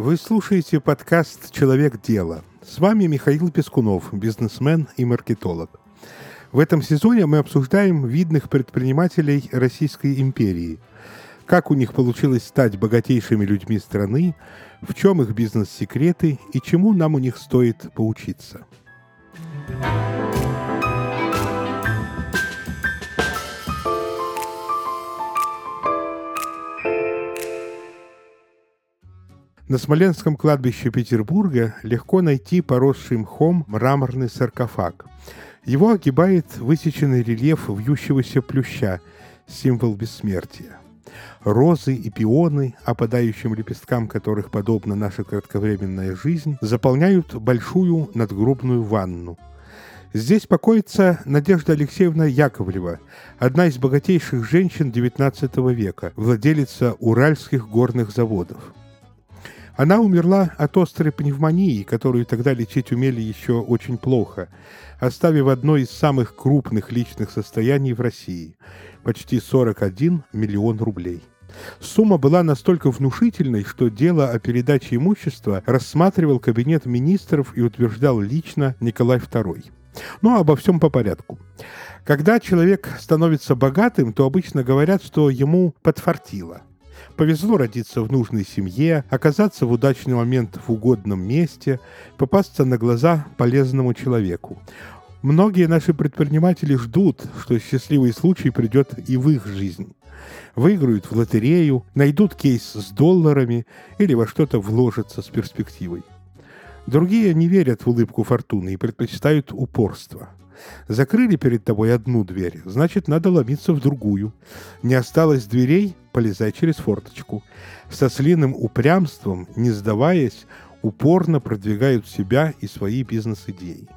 Вы слушаете подкаст «Человек дела». С вами Михаил Пескунов, бизнесмен и маркетолог. В этом сезоне мы обсуждаем видных предпринимателей Российской империи. Как у них получилось стать богатейшими людьми страны, в чем их бизнес-секреты и чему нам у них стоит поучиться. На Смоленском кладбище Петербурга легко найти поросший мхом мраморный саркофаг. Его огибает высеченный рельеф вьющегося плюща, символ бессмертия. Розы и пионы, опадающим лепесткам которых подобна наша кратковременная жизнь, заполняют большую надгробную ванну. Здесь покоится Надежда Алексеевна Яковлева, одна из богатейших женщин XIX века, владелица Уральских горных заводов. Она умерла от острой пневмонии, которую тогда лечить умели еще очень плохо, оставив одно из самых крупных личных состояний в России – почти 41 миллион рублей. Сумма была настолько внушительной, что дело о передаче имущества рассматривал Кабинет министров и утверждал лично Николай II. Но обо всем по порядку. Когда человек становится богатым, то обычно говорят, что ему подфартило. Повезло родиться в нужной семье, оказаться в удачный момент в угодном месте, попасться на глаза полезному человеку. Многие наши предприниматели ждут, что счастливый случай придет и в их жизнь. Выиграют в лотерею, найдут кейс с долларами или во что-то вложатся с перспективой. Другие не верят в улыбку фортуны и предпочитают упорство. Закрыли перед тобой одну дверь, значит, надо ломиться в другую. Не осталось дверей – полезай через форточку. Со ослиным упрямством, не сдаваясь, упорно продвигают себя и свои бизнес-идеи.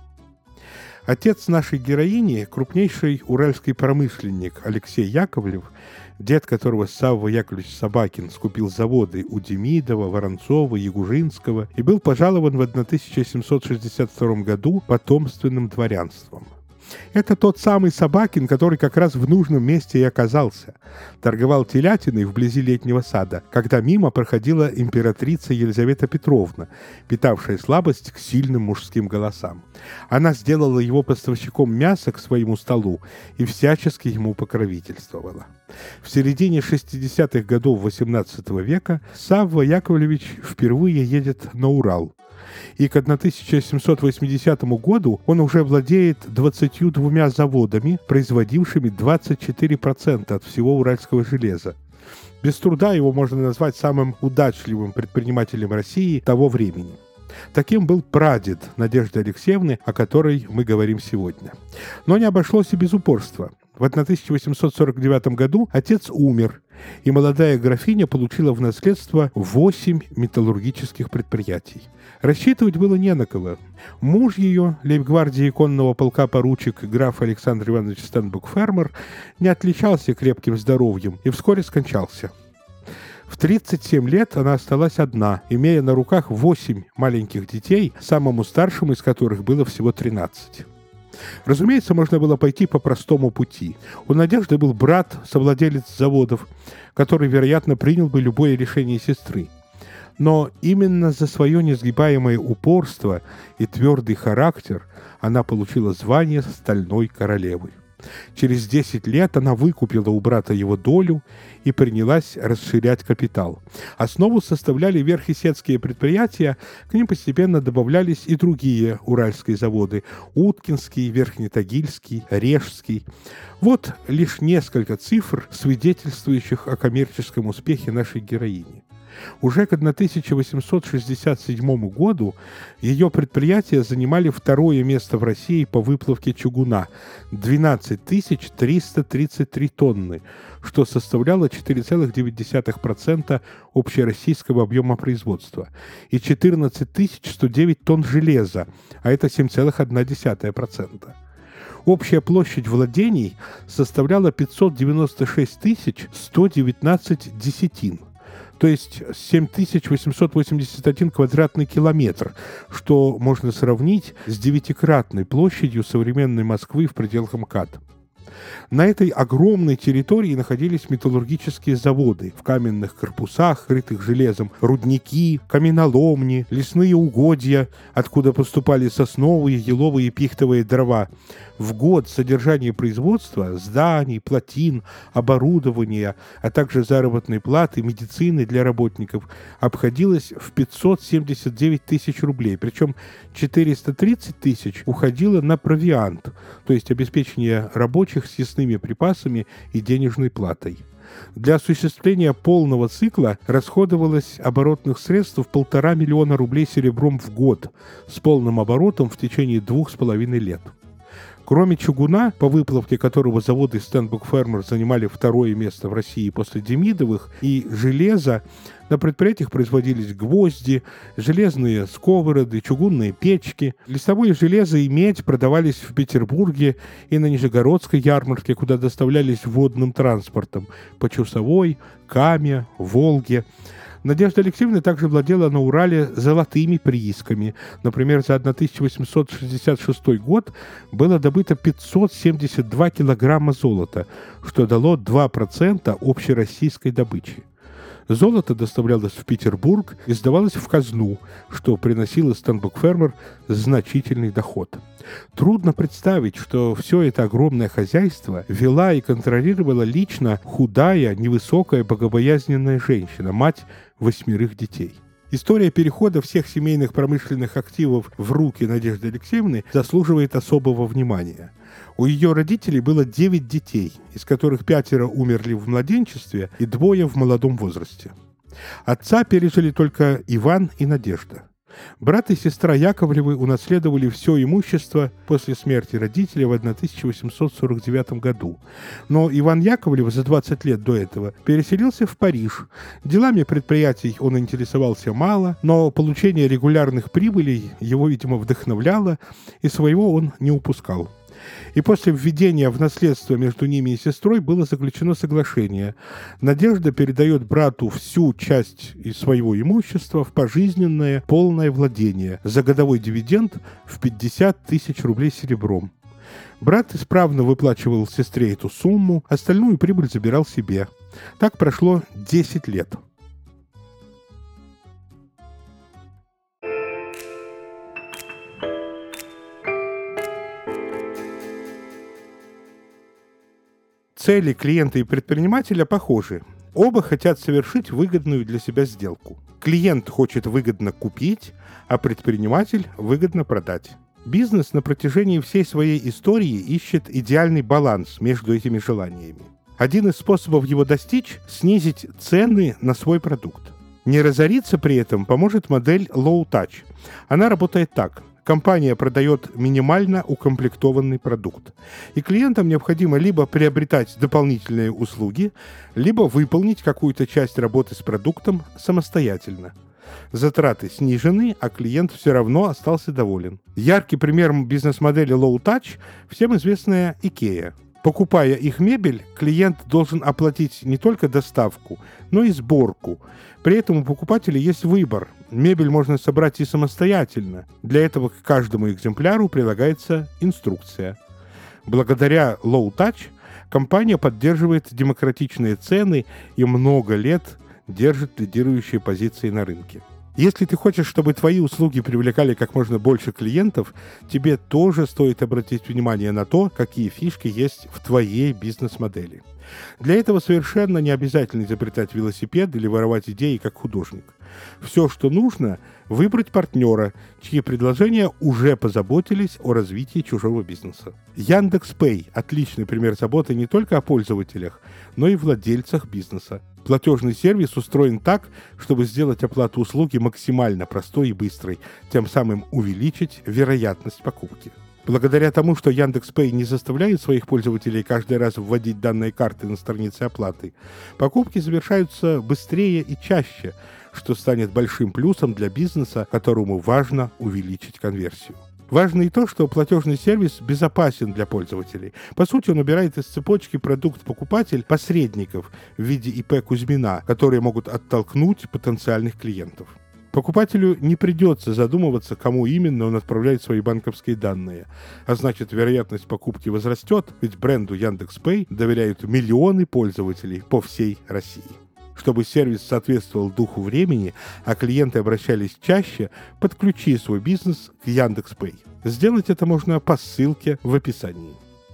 Отец нашей героини – крупнейший уральский промышленник Алексей Яковлев, дед которого Савва Яковлевич Собакин скупил заводы у Демидова, Воронцова, Ягужинского и был пожалован в 1762 году потомственным дворянством. Это тот самый Собакин, который как раз в нужном месте и оказался. Торговал телятиной вблизи Летнего сада, когда мимо проходила императрица Елизавета Петровна, питавшая слабость к сильным мужским голосам. Она сделала его поставщиком мяса к своему столу и всячески ему покровительствовала. В середине 60-х годов XVIII века Савва Яковлевич впервые едет на Урал. И к 1780 году он уже владеет 22 заводами, производившими 24% от всего уральского железа. Без труда его можно назвать самым удачливым предпринимателем России того времени. Таким был прадед Надежды Алексеевны, о которой мы говорим сегодня. Но не обошлось и без упорства. В 1849 году отец умер, и молодая графиня получила в наследство 8 металлургических предприятий. Рассчитывать было не на кого. Муж ее, лейб-гвардии конного полка поручик граф Александр Иванович Стенбук-Фермер, не отличался крепким здоровьем и вскоре скончался. В 37 лет она осталась одна, имея на руках 8 маленьких детей, самому старшему из которых было всего 13. Разумеется, можно было пойти по простому пути. У Надежды был брат, совладелец заводов, который, вероятно, принял бы любое решение сестры. Но именно за свое несгибаемое упорство и твердый характер она получила звание Стальной королевы. Через 10 лет она выкупила у брата его долю и принялась расширять капитал. Основу составляли верхесецкие предприятия, к ним постепенно добавлялись и другие уральские заводы – Уткинский, Верхнетагильский, Режский. Вот лишь несколько цифр, свидетельствующих о коммерческом успехе нашей героини. Уже к 1867 году ее предприятия занимали второе место в России по выплавке чугуна – 12 333 тонны, что составляло 4,9% общероссийского объема производства, и 14 109 тонн железа, а это 7,1%. Общая площадь владений составляла 596 119 десятин, то есть 7881 квадратный километр, что можно сравнить с 9-кратной площадью современной Москвы в пределах МКАД. На этой огромной территории находились металлургические заводы в каменных корпусах, крытых железом, рудники, каменоломни, лесные угодья, откуда поступали сосновые, еловые и пихтовые дрова. В год содержание производства, зданий, плотин, оборудования, а также заработной платы, медицины для работников обходилось в 579 тысяч рублей, причем 430 тысяч уходило на провиант, то есть обеспечение рабочих съестными припасами и денежной платой. Для осуществления полного цикла расходовалось оборотных средств в 1,5 миллиона рублей серебром в год с полным оборотом в течение 2,5 лет. Кроме чугуна, по выплавке которого заводы Стенбук-Фермер занимали второе место в России после Демидовых, и железа, на предприятиях производились гвозди, железные сковороды, чугунные печки. Листовое железо и медь продавались в Петербурге и на Нижегородской ярмарке, куда доставлялись водным транспортом по Чусовой, Каме, Волге. Надежда Алексеевна также владела на Урале золотыми приисками. Например, за 1866 год было добыто 572 килограмма золота, что дало 2% общероссийской добычи. Золото доставлялось в Петербург и сдавалось в казну, что приносило Стенбук-Фермер значительный доход. Трудно представить, что все это огромное хозяйство вела и контролировала лично худая, невысокая, богобоязненная женщина, мать 8 детей. История перехода всех семейных промышленных активов в руки Надежды Алексеевны заслуживает особого внимания. У ее родителей было 9 детей, из которых 5 умерли в младенчестве и 2 в молодом возрасте. Отца пережили только Иван и Надежда. Брат и сестра Яковлевы унаследовали все имущество после смерти родителей в 1849 году. Но Иван Яковлев за 20 лет до этого переселился в Париж. Делами предприятий он интересовался мало, но получение регулярных прибылей его, видимо, вдохновляло, и своего он не упускал. И после введения в наследство между ними и сестрой было заключено соглашение. Надежда передает брату всю часть из своего имущества в пожизненное полное владение за годовой дивиденд в 50 тысяч рублей серебром. Брат исправно выплачивал сестре эту сумму, остальную прибыль забирал себе. Так прошло 10 лет. Цели клиента и предпринимателя похожи. Оба хотят совершить выгодную для себя сделку. Клиент хочет выгодно купить, а предприниматель выгодно продать. Бизнес на протяжении всей своей истории ищет идеальный баланс между этими желаниями. Один из способов его достичь – снизить цены на свой продукт. Не разориться при этом поможет модель Low Touch. Она работает так. Компания продает минимально укомплектованный продукт. И клиентам необходимо либо приобретать дополнительные услуги, либо выполнить какую-то часть работы с продуктом самостоятельно. Затраты снижены, а клиент все равно остался доволен. Яркий пример бизнес-модели Low Touch всем известная IKEA. Покупая их мебель, клиент должен оплатить не только доставку, но и сборку. При этом у покупателя есть выбор. Мебель можно собрать и самостоятельно. Для этого к каждому экземпляру прилагается инструкция. Благодаря Low Touch компания поддерживает демократичные цены и много лет держит лидирующие позиции на рынке. Если ты хочешь, чтобы твои услуги привлекали как можно больше клиентов, тебе тоже стоит обратить внимание на то, какие фишки есть в твоей бизнес-модели. Для этого совершенно не обязательно изобретать велосипед или воровать идеи как художник. Все, что нужно, выбрать партнера, чьи предложения уже позаботились о развитии чужого бизнеса. Яндекс.Пэй – отличный пример заботы не только о пользователях, но и владельцах бизнеса. Платежный сервис устроен так, чтобы сделать оплату услуги максимально простой и быстрой, тем самым увеличить вероятность покупки. Благодаря тому, что Яндекс.Пэй не заставляет своих пользователей каждый раз вводить данные карты на странице оплаты, покупки завершаются быстрее и чаще, что станет большим плюсом для бизнеса, которому важно увеличить конверсию. Важно и то, что платежный сервис безопасен для пользователей. По сути, он убирает из цепочки продукт-покупатель посредников в виде ИП Кузьмина, которые могут оттолкнуть потенциальных клиентов. Покупателю не придется задумываться, кому именно он отправляет свои банковские данные. А значит, вероятность покупки возрастет, ведь бренду Яндекс.Пэй доверяют миллионы пользователей по всей России. Чтобы сервис соответствовал духу времени, а клиенты обращались чаще, подключи свой бизнес к Яндекс.Пэй. Сделать это можно по ссылке в описании.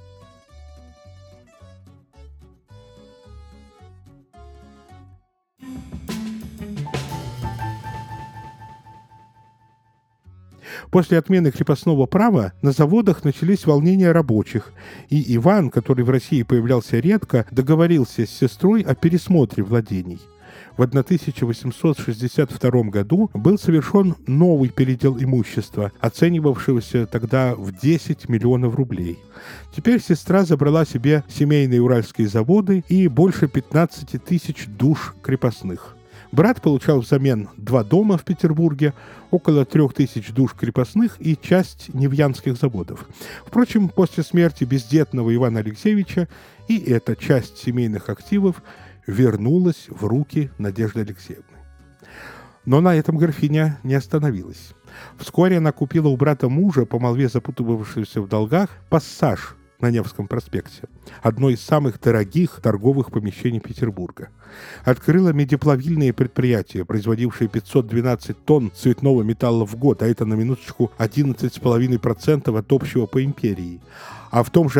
После отмены крепостного права на заводах начались волнения рабочих, и Иван, который в России появлялся редко, договорился с сестрой о пересмотре владений. В 1862 году был совершен новый передел имущества, оценивавшегося тогда в 10 миллионов рублей. Теперь сестра забрала себе семейные уральские заводы и больше 15 тысяч душ крепостных. Брат получал взамен 2 дома в Петербурге, около 3000 душ крепостных и часть невьянских заводов. Впрочем, после смерти бездетного Ивана Алексеевича и эта часть семейных активов вернулась в руки Надежды Алексеевны. Но на этом графиня не остановилась. Вскоре она купила у брата мужа, по молве запутывавшегося в долгах, пассаж на Невском проспекте, одно из самых дорогих торговых помещений Петербурга. Открыла медиплавильные предприятия, производившие 512 тонн цветного металла в год, а это на минуточку 11,5% от общего по империи. А в том же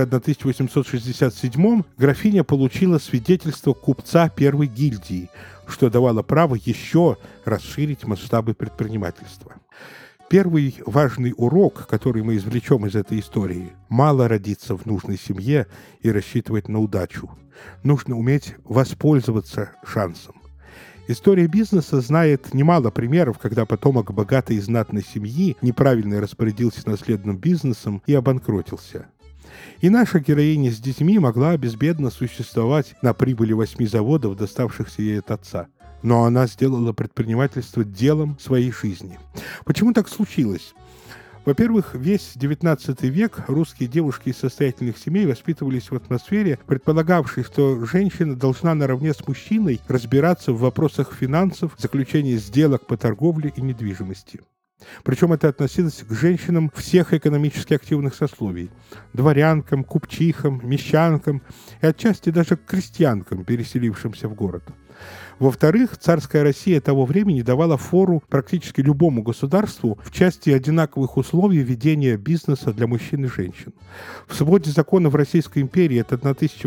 1867 графиня получила свидетельство купца первой гильдии, что давало право еще расширить масштабы предпринимательства. Первый важный урок, который мы извлечем из этой истории – мало родиться в нужной семье и рассчитывать на удачу. Нужно уметь воспользоваться шансом. История бизнеса знает немало примеров, когда потомок богатой и знатной семьи неправильно распорядился наследным бизнесом и обанкротился. И наша героиня с детьми могла безбедно существовать на прибыли 8 заводов, доставшихся ей от отца. Но она сделала предпринимательство делом своей жизни. Почему так случилось? Во-первых, весь XIX век русские девушки из состоятельных семей воспитывались в атмосфере, предполагавшей, что женщина должна наравне с мужчиной разбираться в вопросах финансов, заключения сделок по торговле и недвижимости. Причем это относилось к женщинам всех экономически активных сословий – дворянкам, купчихам, мещанкам и отчасти даже к крестьянкам, переселившимся в город. Во-вторых, царская Россия того времени давала фору практически любому государству в части одинаковых условий ведения бизнеса для мужчин и женщин. В своде законов Российской империи от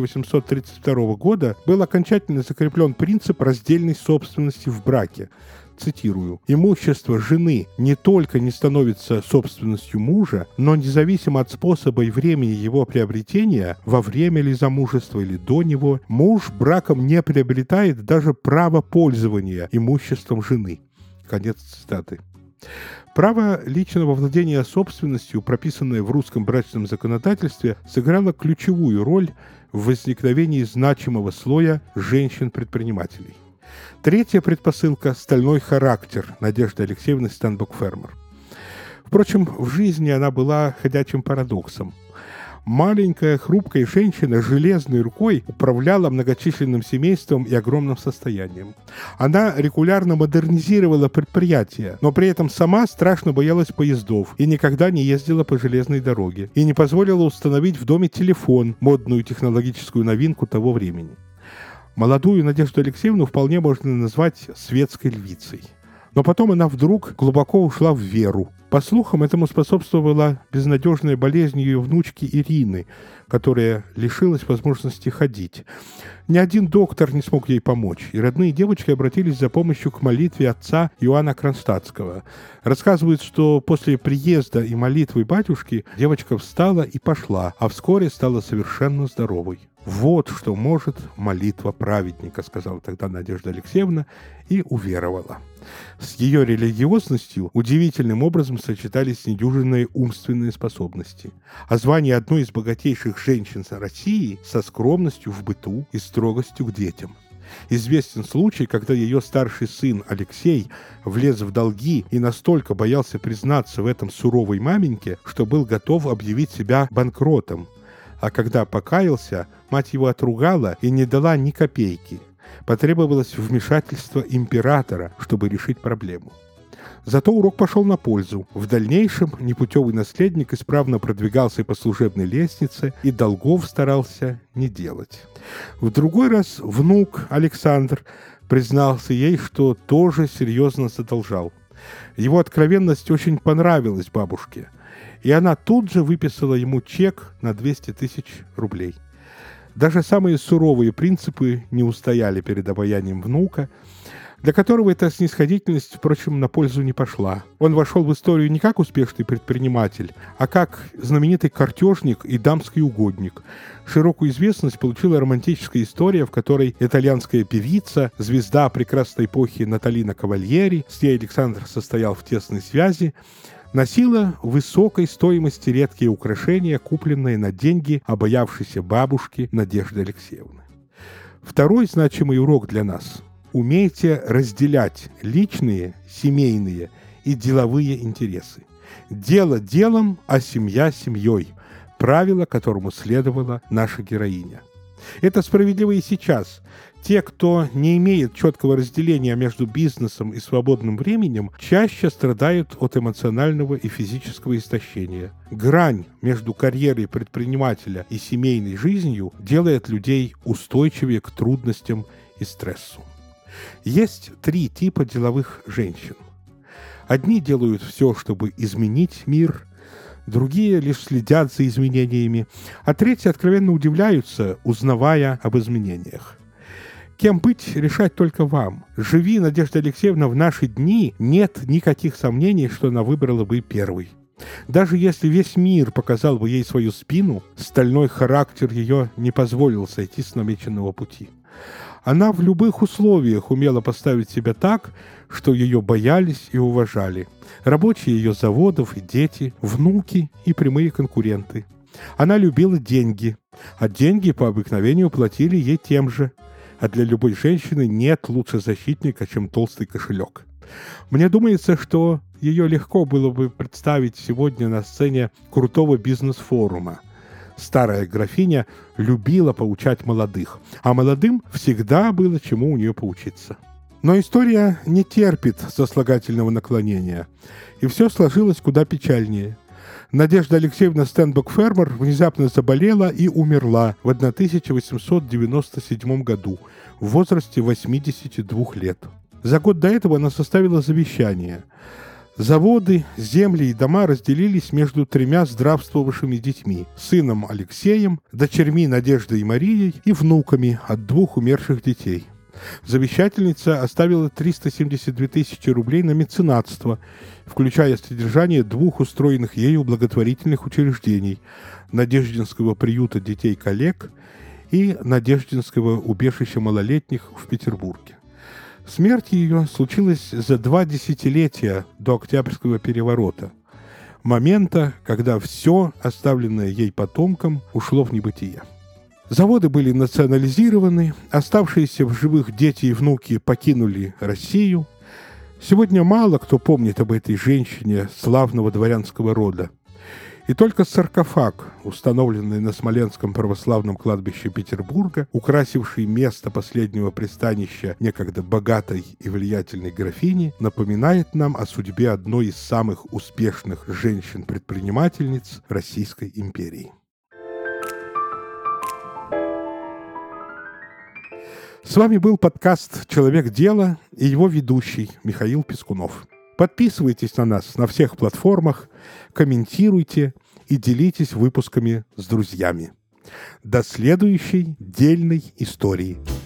1832 года был окончательно закреплен принцип раздельной собственности в браке. Цитирую: «Имущество жены не только не становится собственностью мужа, но независимо от способа и времени его приобретения, во время ли замужества или до него, муж браком не приобретает даже право пользования имуществом жены». Конец цитаты. Право личного владения собственностью, прописанное в русском брачном законодательстве, сыграло ключевую роль в возникновении значимого слоя женщин-предпринимателей. Третья предпосылка – стальной характер Надежды Алексеевны Стенбок-Фермер. Впрочем, в жизни она была ходячим парадоксом. Маленькая, хрупкая женщина железной рукой управляла многочисленным семейством и огромным состоянием. Она регулярно модернизировала предприятия, но при этом сама страшно боялась поездов и никогда не ездила по железной дороге, и не позволила установить в доме телефон, модную технологическую новинку того времени. Молодую Надежду Алексеевну вполне можно назвать светской львицей. Но потом она вдруг глубоко ушла в веру. По слухам, этому способствовала безнадежная болезнь ее внучки Ирины, которая лишилась возможности ходить. Ни один доктор не смог ей помочь, и родные девочки обратились за помощью к молитве отца Иоанна Кронштадтского. Рассказывают, что после приезда и молитвы батюшки девочка встала и пошла, а вскоре стала совершенно здоровой. «Вот что может молитва праведника», — сказала тогда Надежда Алексеевна, и уверовала. С ее религиозностью удивительным образом сочетались недюжинные умственные способности. А звание одной из богатейших женщин России со скромностью в быту и строгостью к детям. Известен случай, когда ее старший сын Алексей влез в долги и настолько боялся признаться в этом суровой маменьке, что был готов объявить себя банкротом. А когда покаялся, мать его отругала и не дала ни копейки. Потребовалось вмешательство императора, чтобы решить проблему. Зато урок пошел на пользу. В дальнейшем непутевый наследник исправно продвигался по служебной лестнице и долгов старался не делать. В другой раз внук Александр признался ей, что тоже серьезно задолжал. Его откровенность очень понравилась бабушке, и она тут же выписала ему чек на 200 тысяч рублей. Даже самые суровые принципы не устояли перед обаянием внука, для которого эта снисходительность, впрочем, на пользу не пошла. Он вошел в историю не как успешный предприниматель, а как знаменитый картежник и дамский угодник. Широкую известность получила романтическая история, в которой итальянская певица, звезда прекрасной эпохи Наталина Кавальери, с ней Александр состоял в тесной связи, носила высокой стоимости редкие украшения, купленные на деньги обаявшейся бабушки Надежды Алексеевны. Второй значимый урок для нас – умейте разделять личные, семейные и деловые интересы. Дело делом, а семья семьей. Правило, которому следовала наша героиня. Это справедливо и сейчас. Те, кто не имеет четкого разделения между бизнесом и свободным временем, чаще страдают от эмоционального и физического истощения. Грань между карьерой предпринимателя и семейной жизнью делает людей устойчивее к трудностям и стрессу. Есть 3 типа деловых женщин. Одни делают все, чтобы изменить мир, другие лишь следят за изменениями, а третьи откровенно удивляются, узнавая об изменениях. Кем быть, решать только вам. Живи, Надежда Алексеевна, в наши дни, нет никаких сомнений, что она выбрала бы первой. Даже если весь мир показал бы ей свою спину, стальной характер ее не позволил сойти с намеченного пути. Она в любых условиях умела поставить себя так, что ее боялись и уважали. Рабочие ее заводов и дети, внуки и прямые конкуренты. Она любила деньги, а деньги по обыкновению платили ей тем же. А для любой женщины нет лучше защитника, чем толстый кошелек. Мне думается, что ее легко было бы представить сегодня на сцене крутого бизнес-форума. Старая графиня любила поучать молодых, а молодым всегда было чему у нее поучиться. Но история не терпит сослагательного наклонения, и все сложилось куда печальнее. Надежда Алексеевна Стенбок-Фермер внезапно заболела и умерла в 1897 году в возрасте 82 лет. За год до этого она составила завещание. Заводы, земли и дома разделились между 3 здравствовавшими детьми – сыном Алексеем, дочерьми Надеждой и Марией и внуками от 2 умерших детей. Завещательница оставила 372 тысячи рублей на меценатство, включая содержание 2 устроенных ею благотворительных учреждений – Надеждинского приюта детей-коллег и Надеждинского убежища малолетних в Петербурге. Смерть ее случилась за 2 десятилетия до Октябрьского переворота, момента, когда все, оставленное ей потомкам, ушло в небытие. Заводы были национализированы, оставшиеся в живых дети и внуки покинули Россию. Сегодня мало кто помнит об этой женщине славного дворянского рода. И только саркофаг, установленный на Смоленском православном кладбище Петербурга, украсивший место последнего пристанища некогда богатой и влиятельной графини, напоминает нам о судьбе одной из самых успешных женщин-предпринимательниц Российской империи. С вами был подкаст «Человек дела» и его ведущий Михаил Пискунов. Подписывайтесь на нас на всех платформах, комментируйте и делитесь выпусками с друзьями. До следующей дельной истории.